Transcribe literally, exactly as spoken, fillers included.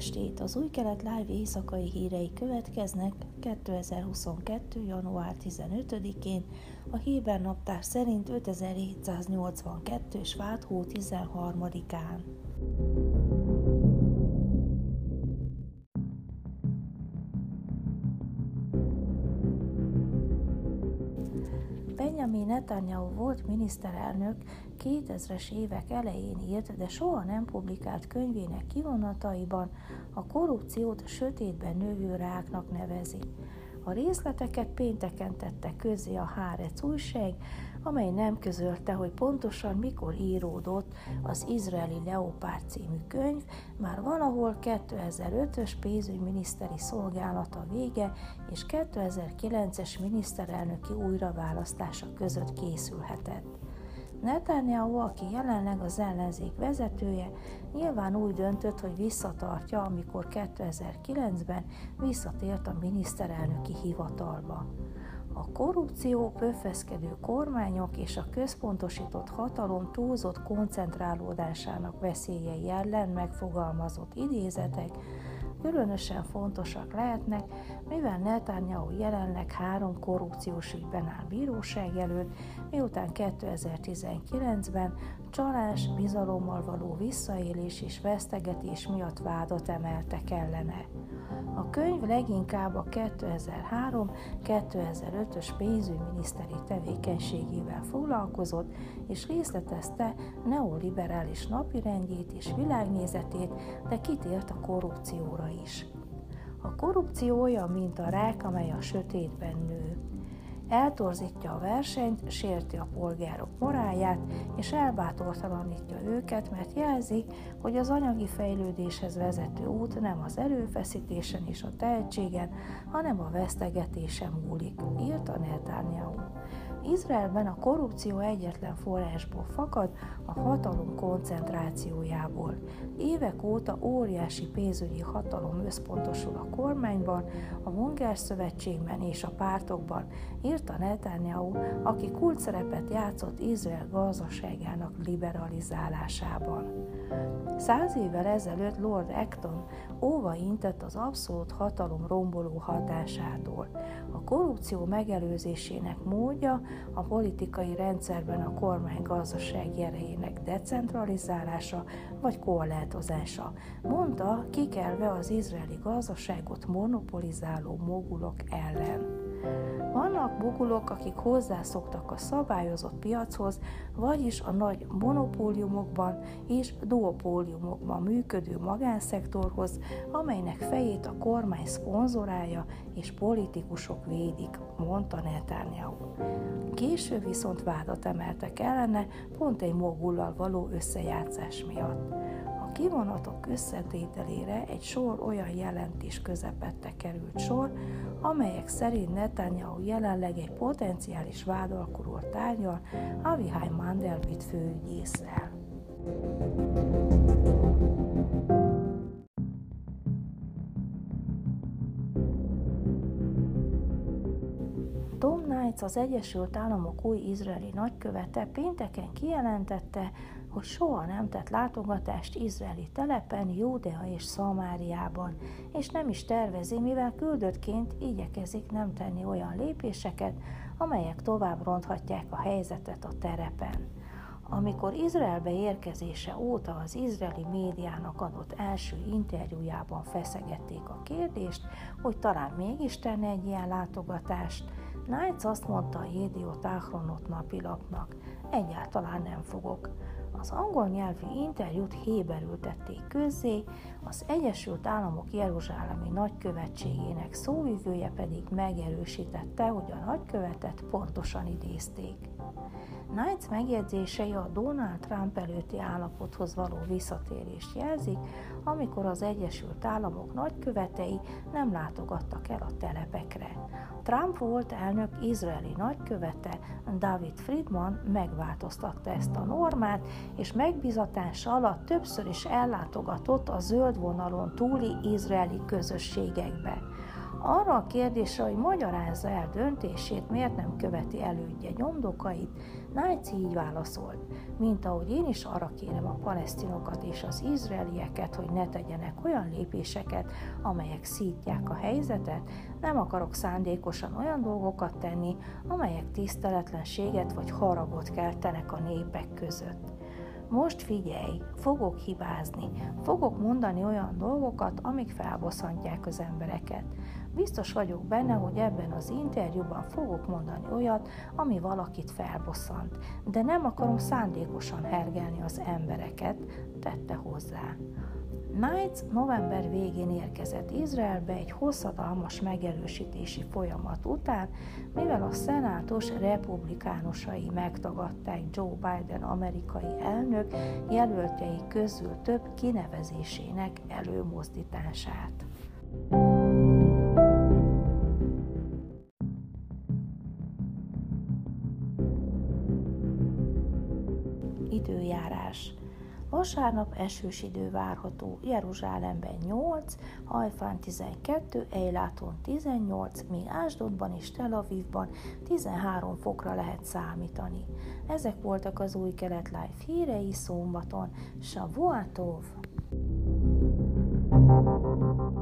estét! Az Új Kelet Live éjszakai hírei következnek kétezer-huszonkettő. január tizenötödikén, a Héber naptár szerint ötezer-hétszáznyolcvankettő. Svát hó tizenharmadikán. Benjamin Netanyahu volt miniszterelnök kétezres évek elején írt, de soha nem publikált könyvének kivonataiban a korrupciót sötétben növő ráknak nevezi. A részleteket pénteken tette közzé a Haaretz újság, amely nem közölte, hogy pontosan mikor íródott az Izraeli Leopárd című könyv, már valahol kétezer-ötös pénzügyminiszteri szolgálata vége és kétezer-kilences miniszterelnöki újraválasztása között készülhetett. Netanyahu, aki jelenleg az ellenzék vezetője, nyilván úgy döntött, hogy visszatartja, amikor kétezer-kilencben visszatért a miniszterelnöki hivatalba. A korrupció, pöffeszkedő kormányok és a központosított hatalom túlzott koncentrálódásának veszélyei ellen megfogalmazott idézetek különösen fontosak lehetnek, mivel Netanyahu jelenleg három korrupciós ügyben áll bíróság előtt, miután kétezer-tizenkilencben csalás, bizalommal való visszaélés és vesztegetés miatt vádat emeltek ellene. A könyv leginkább a kétezer-három-kétezer-ötös pénzügyminiszteri tevékenységével foglalkozott, és részletezte neoliberális napirendjét és világnézetét, de kitért a korrupcióra is. A korrupció olyan, mint a rák, amely a sötétben nő. Eltorzítja a versenyt, sérti a polgárok morálját, és elbátortalanítja őket, mert jelzi, hogy az anyagi fejlődéshez vezető út nem az erőfeszítésen és a tehetségen, hanem a vesztegetésen múlik, írta Netanyahu. Izraelben a korrupció egyetlen forrásból fakad, a hatalom koncentrációjából. Évek óta óriási pénzügyi hatalom összpontosul a kormányban, a munkásszövetségben és a pártokban, írta Netanyahu, aki kulcsszerepet játszott Izrael gazdaságának liberalizálásában. Száz évvel ezelőtt Lord Acton óva intett az abszolút hatalom romboló hatásától. A korrupció megelőzésének módja a politikai rendszerben a kormány gazdasági erejének decentralizálása vagy korlátozása, mondta, kikelve az izraeli gazdaságot monopolizáló mogulok ellen. Vannak mogulok, akik hozzászoktak a szabályozott piachoz, vagyis a nagy monopóliumokban és duopóliumokban működő magánszektorhoz, amelynek fejét a kormány szponzorálja és politikusok védik, mondta Netanyahu. Később viszont vádat emeltek ellene pont egy mogullal való összejátszás miatt. A kivonatok összetételére egy sor olyan jelentés közepette került sor, amelyek szerint Netanyahu jelenleg egy potenciális vádalkorról tárgyal Avichai Mandelblit főügyésszel. Tom Knights, az Egyesült Államok új izraeli nagykövete pénteken kijelentette, hogy soha nem tett látogatást izraeli telepen, Júdea és Szamáriában, és nem is tervezi, mivel küldöttként igyekezik nem tenni olyan lépéseket, amelyek tovább ronthatják a helyzetet a terepen. Amikor Izraelbe érkezése óta az izraeli médiának adott első interjújában feszegették a kérdést, hogy talán mégis tenne egy ilyen látogatást, Knights azt mondta a Jediot Ahronot napilapnak, egyáltalán nem fogok. Az angol nyelvű interjút héberül tették közzé, az Egyesült Államok jeruzsálemi nagykövetségének szóvivője pedig megerősítette, hogy a nagykövetet pontosan idézték. Knights megjegyzései a Donald Trump előtti állapothoz való visszatérést jelzik, amikor az Egyesült Államok nagykövetei nem látogattak el a telepekre. Trump volt elnök izraeli nagykövete, David Friedman megváltoztatta ezt a normát, és megbízatása alatt többször is ellátogatott a zöld vonalon túli izraeli közösségekbe. Arra a kérdésre, hogy magyarázza el döntését, miért nem követi elődje nyomdokait, Knights így válaszolt: mint ahogy én is arra kérem a palesztinokat és az izraelieket, hogy ne tegyenek olyan lépéseket, amelyek szítják a helyzetet, nem akarok szándékosan olyan dolgokat tenni, amelyek tiszteletlenséget vagy haragot keltenek a népek között. Most figyelj, fogok hibázni, fogok mondani olyan dolgokat, amik felbosszantják az embereket. Biztos vagyok benne, hogy ebben az interjúban fogok mondani olyat, ami valakit felbosszant, de nem akarom szándékosan hergelni az embereket, tette hozzá. Knights november végén érkezett Izraelbe egy hosszadalmas megerősítési folyamat után, mivel a szenátus republikánusai megtagadták Joe Biden amerikai elnök jelöltjei közül több kinevezésének előmozdítását. Időjárás. Vasárnap esős idő várható, Jeruzsálemben nyolc, Hajfán tizenkettő, Eiláton tizennyolc, míg Ásdodban és Tel Avivban tizenhárom fokra lehet számítani. Ezek voltak az új kelet live hírei szombaton. Shavuot Tov!